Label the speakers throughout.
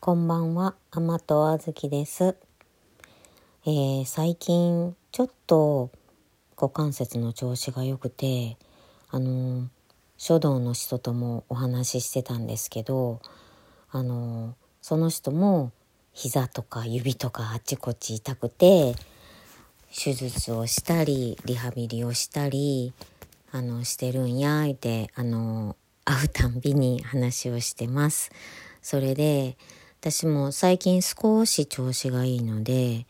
Speaker 1: こんばんは、天戸あずきです。最近ちょっと股関節の調子が良くて、書道の人ともお話ししてたんですけど、その人も膝とか指とかあちこち痛くて、手術をしたりリハビリをしたりしてるんやいて会うたんびに話をしてます。それで私も最近少し調子がいいので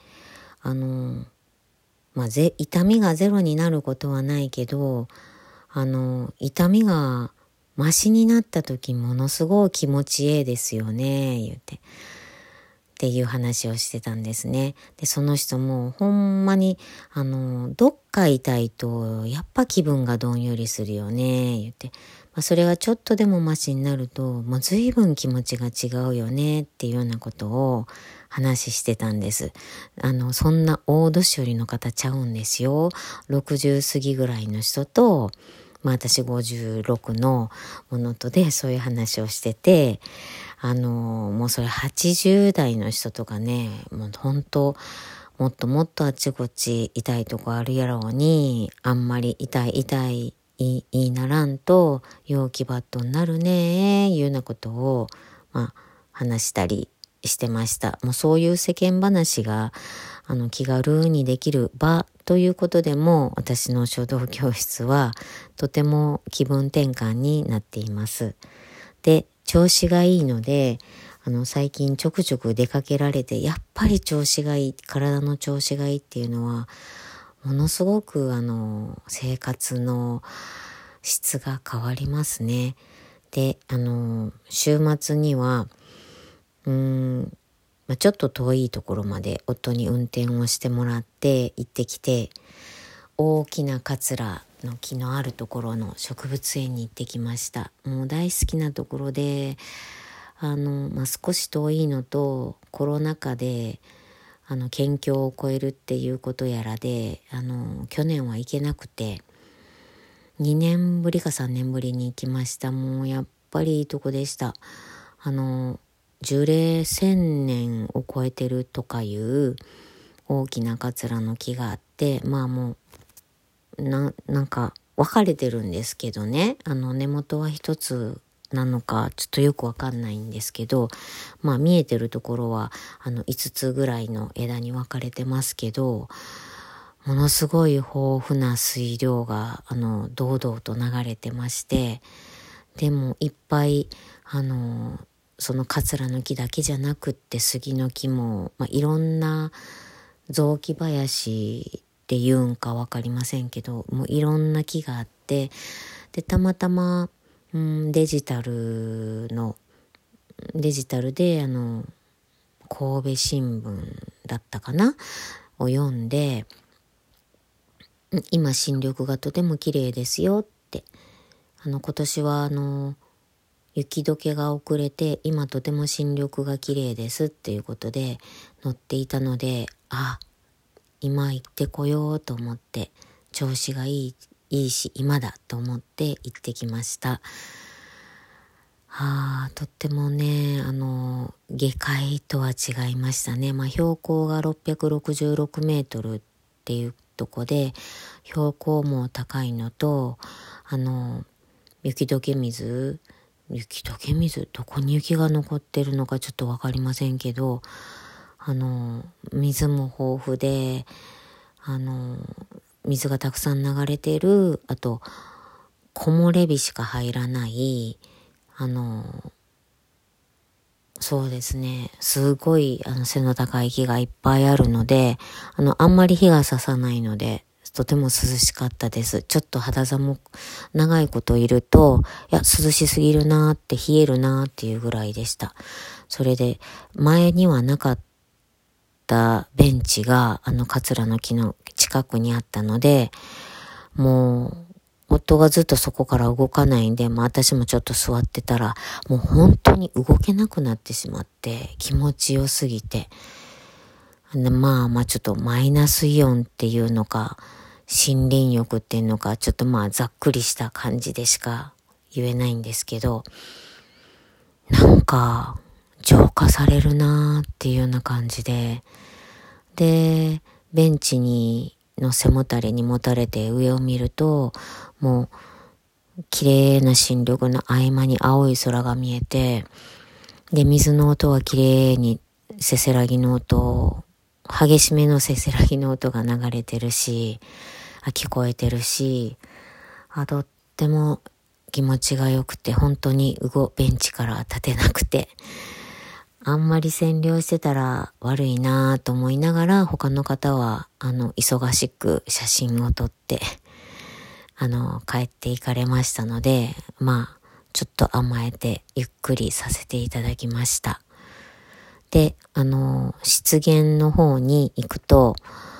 Speaker 1: 痛みがゼロになることはないけど痛みがマシになった時ものすごい気持ちいいですよね言っていう話をしてたんですね。でその人もほんまにどっか痛いとやっぱ気分がどんよりするよね言って、それがちょっとでもマシになるともう随分気持ちが違うよねっていうようなことを話してたんです。そんな大年寄りの方ちゃうんですよ。60過ぎぐらいの人と、私56のものとでそういう話をしてて、もうそれ80代の人とかね、もう本当もっともっとあちこち痛いとこあるやろうに、あんまり痛いいいならんと陽気バットになるねいうようなことを、話したりしてました。もうそういう世間話が気軽にできる場ということでも、私の書道教室はとても気分転換になっています。で調子がいいので最近ちょくちょく出かけられて、やっぱり調子がいい、体の調子がいいっていうのはものすごく生活の質が変わりますね。で週末にはちょっと遠いところまで夫に運転をしてもらって行ってきて、大きなカツラの木のあるところの植物園に行ってきました。もう大好きなところで少し遠いのと、コロナ禍で県境を越えるっていうことやらで去年は行けなくて、2年ぶりか3年ぶりに行きました。もうやっぱりいいとこでした。樹齢1000年を超えてるとかいう大きなカツラの木があって、もうなんか分かれてるんですけどね、根元は一つなのかちょっとよくわかんないんですけど、見えてるところは5つぐらいの枝に分かれてますけど、ものすごい豊富な水量が堂々と流れてまして、でもいっぱいそのカツラの木だけじゃなくって杉の木も、いろんな雑木林っていうんか分かりませんけど、もういろんな木があって、でたまたまデジタルで神戸新聞だったかなを読んで、今新緑がとても綺麗ですよって、今年は雪解けが遅れて今とても新緑が綺麗ですっていうことで載っていたので、今行ってこようと思って、調子がいいし今だと思って行ってきました。とってもね下界とは違いましたね。標高が666メートルっていうとこで、標高も高いのと雪解け水どこに雪が残ってるのかちょっとわかりませんけど、水も豊富で水がたくさん流れてる、あと木漏れ日しか入らないそうですね、すごい背の高い木がいっぱいあるのであんまり日が差さないのでとても涼しかったです。ちょっと肌寒く長いこといると涼しすぎるなーって冷えるなーっていうぐらいでした。それで前にはなかったベンチがカツラの木の近くにあったので、もう夫がずっとそこから動かないんで、私もちょっと座ってたらもう本当に動けなくなってしまって、気持ちよすぎて、ちょっとマイナスイオンっていうのか森林浴っていうのか、ちょっとざっくりした感じでしか言えないんですけど、なんか浄化されるなーっていうような感じで、で、ベンチの背もたれにもたれて上を見ると、もう綺麗な新緑の合間に青い空が見えて、で、水の音は綺麗にせせらぎの音、激しめのせせらぎの音が流れてるし、聞こえてるし、とっても気持ちが良くて、本当にベンチから立てなくて、あんまり占領してたら悪いなと思いながら、他の方は忙しく写真を撮って帰っていかれましたので、ちょっと甘えてゆっくりさせていただきました。で、湿原の方に行くと、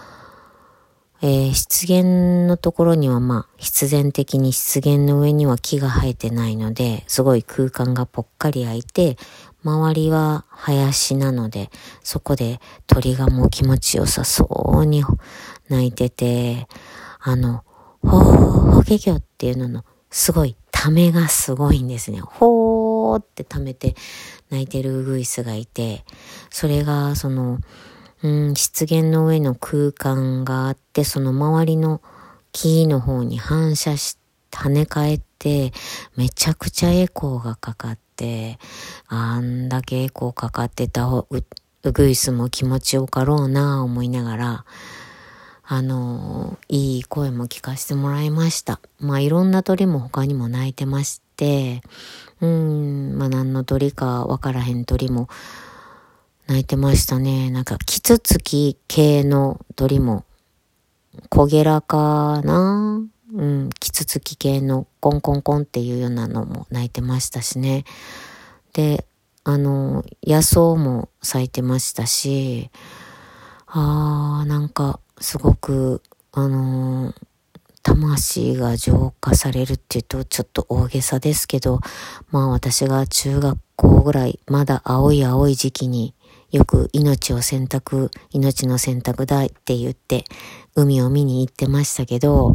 Speaker 1: 湿原のところには必然的に湿原の上には木が生えてないので、すごい空間がぽっかり空いて、周りは林なので、そこで鳥がもう気持ちよさそうに鳴いてて、ほけきょっていうののすごいためがすごいんですね。ほーってためて鳴いてるウグイスがいて、それが湿原の上の空間があって、その周りの木の方に反射し跳ね返って、めちゃくちゃエコーがかかって、あんだけエコーかかってたウグイスも気持ちよかろうな思いながら、いい声も聞かせてもらいました。いろんな鳥も他にも鳴いてまして、何の鳥かわからへん鳥も鳴いてましたね。なんかキツツキ系の鳥も、コゲラかな、キツツキ系のコンコンコンっていうようなのも鳴いてましたしね。で、野草も咲いてましたし、なんかすごく魂が浄化されるっていうとちょっと大げさですけど、私が中学校ぐらい、まだ青い時期によく命の選択だって言って海を見に行ってましたけど、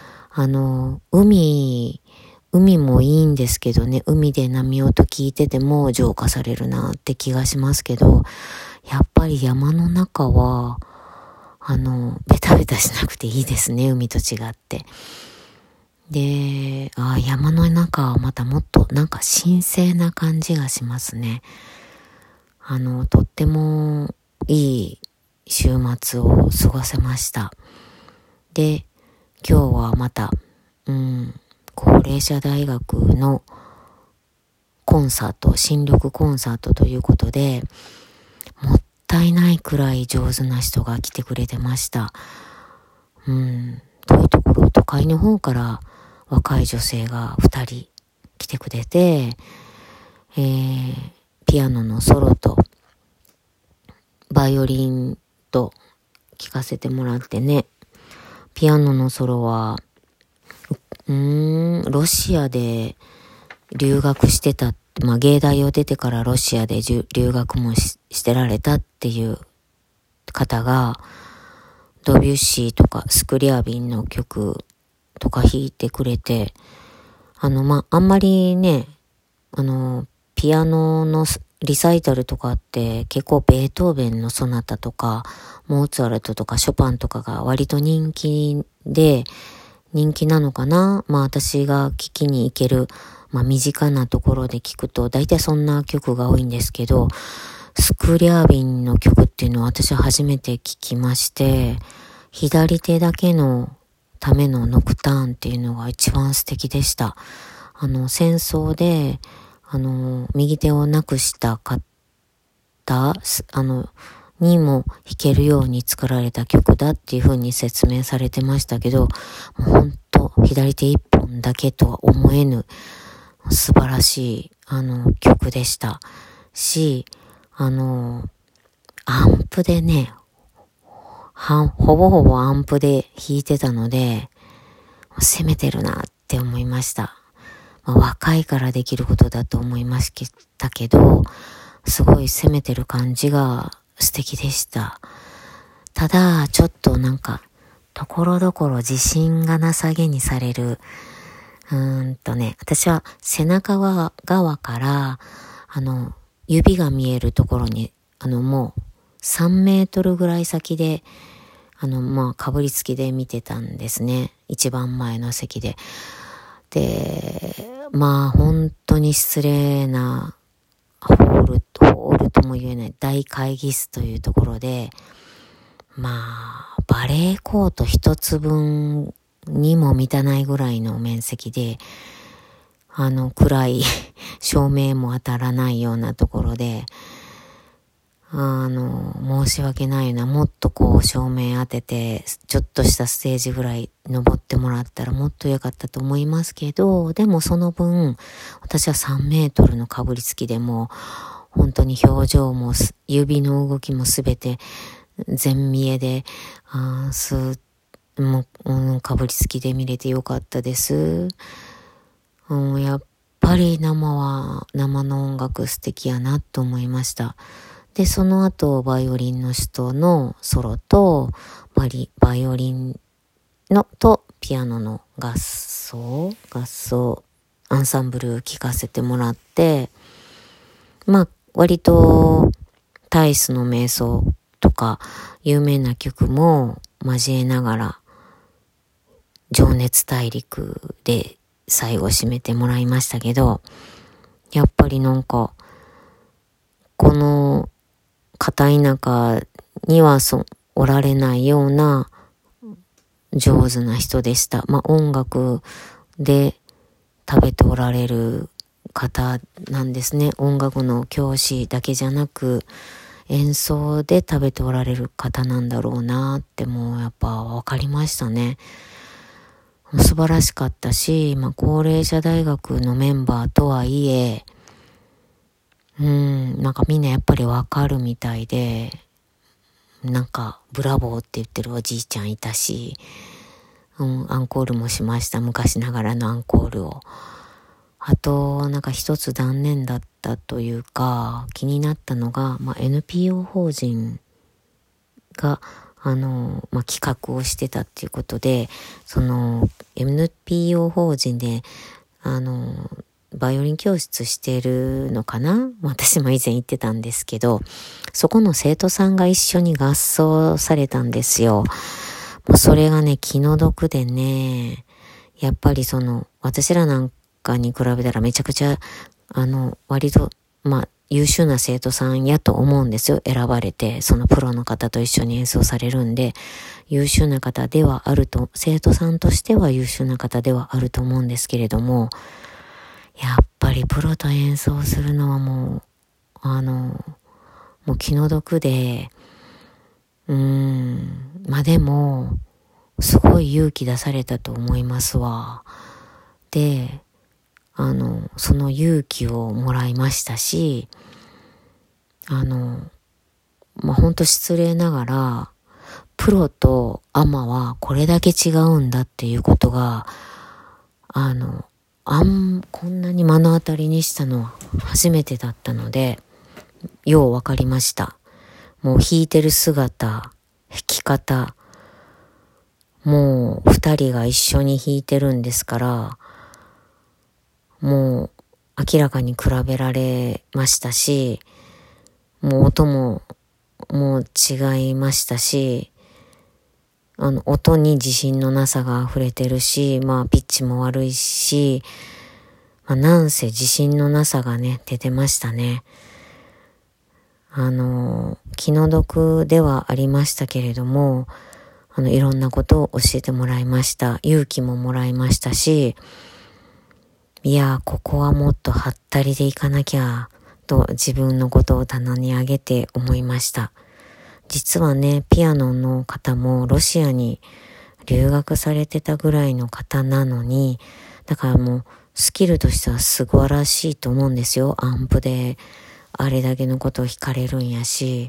Speaker 1: 海もいいんですけどね、海で波音聞いてても浄化されるなって気がしますけど、やっぱり山の中はベタベタしなくていいですね、海と違って。で、山の中はまたもっとなんか神聖な感じがしますね。とってもいい週末を過ごせました。で、今日はまた、高齢者大学のコンサート、新緑コンサートということで、もったいないくらい上手な人が来てくれてました。どういうところ、都会の方から若い女性が2人来てくれて、ピアノのソロとバイオリンと聴かせてもらってね。ピアノのソロはロシアで留学してた、芸大を出てからロシアで留学もしてられたっていう方がドビュッシーとかスクリャビンの曲とか弾いてくれて、あんまりね、ピアノのリサイタルとかって結構ベートーベンのソナタとかモーツァルトとかショパンとかが割と人気なのかな。私が聴きに行ける、身近なところで聞くと大体そんな曲が多いんですけど、スクリャビンの曲っていうのは私は初めて聞きまして、左手だけのためのノクターンっていうのが一番素敵でした。戦争で右手をなくした方にも弾けるように作られた曲だっていう風に説明されてましたけど、ほんと左手一本だけとは思えぬ素晴らしい曲でしたし、アンプでね、ほぼほぼアンプで弾いてたので攻めてるなって思いました。若いからできることだと思いましたけど、すごい攻めてる感じが素敵でした。ただちょっとなんかところどころ自信がなさげにされる、私は背中側から指が見えるところに、もう3メートルぐらい先で、かぶりつきで見てたんですね。一番前の席で。で、本当に失礼なホールとも言えない大会議室というところで、バレーコート一つ分にも満たないぐらいの面積で、暗い照明も当たらないようなところで、申し訳ないな、もっと照明当てて、ちょっとしたステージぐらい登ってもらったらもっと良かったと思いますけど、でもその分、私は3メートルのかぶりつきでも、本当に表情も指の動きもすべて全見えで、かぶりつきで見れてよかったです。やっぱり生の音楽素敵やなと思いました。で、その後、バイオリンの人のソロと、バイオリンのとピアノの合奏、アンサンブル聴かせてもらって、割とタイスの瞑想とか、有名な曲も交えながら、情熱大陸で最後締めてもらいましたけど、やっぱりこの片田舎にはおられないような上手な人でした。音楽で食べておられる方なんですね。音楽の教師だけじゃなく、演奏で食べておられる方なんだろうなってもうやっぱ分かりましたね。素晴らしかったし、高齢者大学のメンバーとはいえ、みんなやっぱりわかるみたいで、ブラボーって言ってるおじいちゃんいたし、アンコールもしました。昔ながらのアンコールを。あと、一つ残念だったというか、気になったのが、NPO 法人が、企画をしてたっていうことで、その NPO 法人で、バイオリン教室してるのかな？私も以前言ってたんですけど、そこの生徒さんが一緒に合奏されたんですよ。もうそれがね、気の毒でね、やっぱり私らなんかに比べたらめちゃくちゃ、割と、優秀な生徒さんやと思うんですよ。選ばれて、そのプロの方と一緒に演奏されるんで、優秀な方ではあると、生徒さんとしては優秀な方ではあると思うんですけれども、やっぱりプロと演奏するのはもう気の毒で、でも、すごい勇気出されたと思いますわ。で、その勇気をもらいましたし、ほんと失礼ながら、プロとアマはこれだけ違うんだっていうことが、こんなに目の当たりにしたのは初めてだったので、ようわかりました。もう弾いてる姿、弾き方、もう二人が一緒に弾いてるんですから、もう明らかに比べられましたし、もう音も違いましたし、音に自信のなさが溢れてるし、ピッチも悪いし、なんせ自信のなさがね、出てましたね。気の毒ではありましたけれども、いろんなことを教えてもらいました。勇気ももらいましたし、ここはもっとはったりでいかなきゃ、と自分のことを棚に上げて思いました。実はね、ピアノの方もロシアに留学されてたぐらいの方なのに、だからもうスキルとしては素晴らしいと思うんですよ。アンプであれだけのことを弾かれるんやし、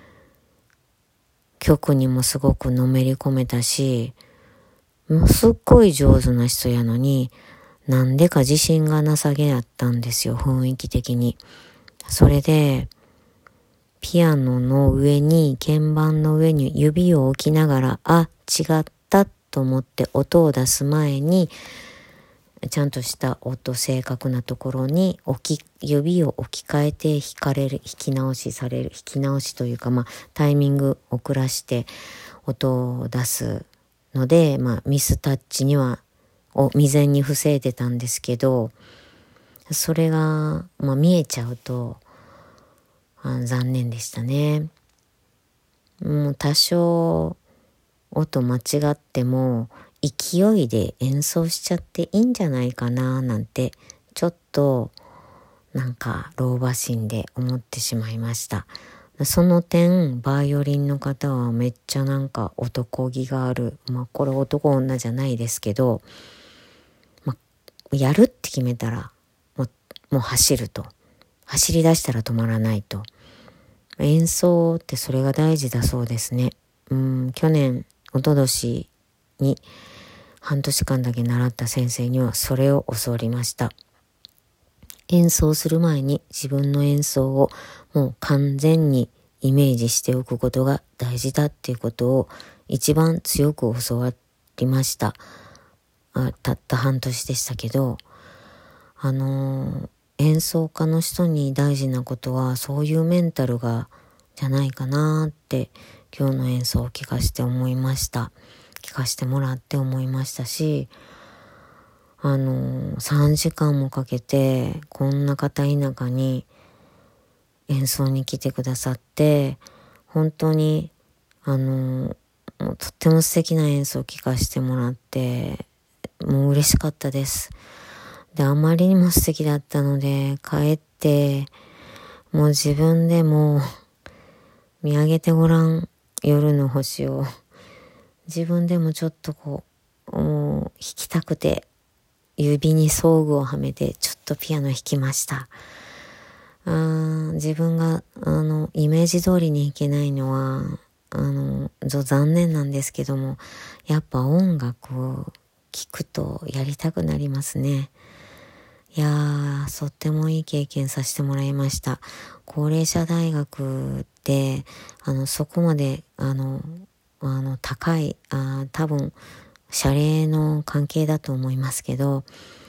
Speaker 1: 曲にもすごくのめり込めたし、もうすっごい上手な人やのに、なんでか自信がなさげやったんですよ、雰囲気的に。それで、ピアノの上に、鍵盤の上に指を置きながら、違ったと思って音を出す前に、 ちゃんとした音、正確なところに指を置き換えて弾き直しというか、タイミングを遅らして音を出すので、ミスタッチを未然に防いでたんですけど、それが、見えちゃうと残念でしたね。もう多少音間違っても勢いで演奏しちゃっていいんじゃないかななんてちょっと老婆心で思ってしまいました。その点バイオリンの方はめっちゃ男気がある。これ男女じゃないですけど、やるって決めたらもう走ると。走り出したら止まらないと。演奏ってそれが大事だそうですね。去年、一昨年に半年間だけ習った先生にはそれを教わりました。演奏する前に自分の演奏をもう完全にイメージしておくことが大事だっていうことを一番強く教わりました。たった半年でしたけど、演奏家の人に大事なことはそういうメンタルじゃないかなって今日の演奏を聞かせてもらって思いましたし、3時間もかけてこんな片田舎に演奏に来てくださって本当にとっても素敵な演奏を聞かせてもらってもう嬉しかったです。で、あまりにも素敵だったので帰ってもう自分でも見上げてごらん夜の星を自分でもちょっともう弾きたくて指に装具をはめてちょっとピアノ弾きました。自分がイメージ通りに弾けないのは残念なんですけども、やっぱ音楽を聴くとやりたくなりますね。いやー、とってもいい経験させてもらいました。高齢者大学ってそこまで高い多分謝礼の関係だと思いますけど、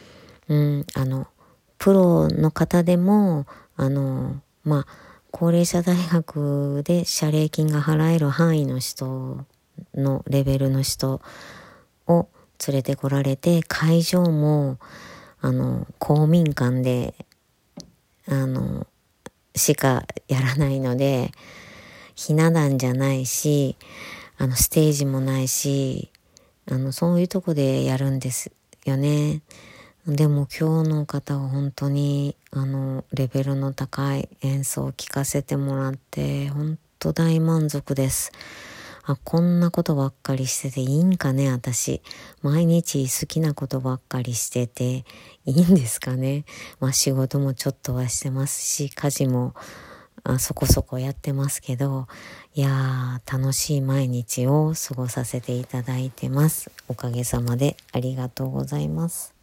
Speaker 1: プロの方でも高齢者大学で謝礼金が払える範囲の人のレベルの人を連れてこられて、会場も公民館でしかやらないので、ひな壇じゃないしステージもないしそういうとこでやるんですよね。でも今日の方は本当にレベルの高い演奏を聴かせてもらって本当大満足です。こんなことばっかりしてていいんかね、私。毎日好きなことばっかりしてていいんですかね。仕事もちょっとはしてますし、家事もそこそこやってますけど、いやー、楽しい毎日を過ごさせていただいてます。おかげさまでありがとうございます。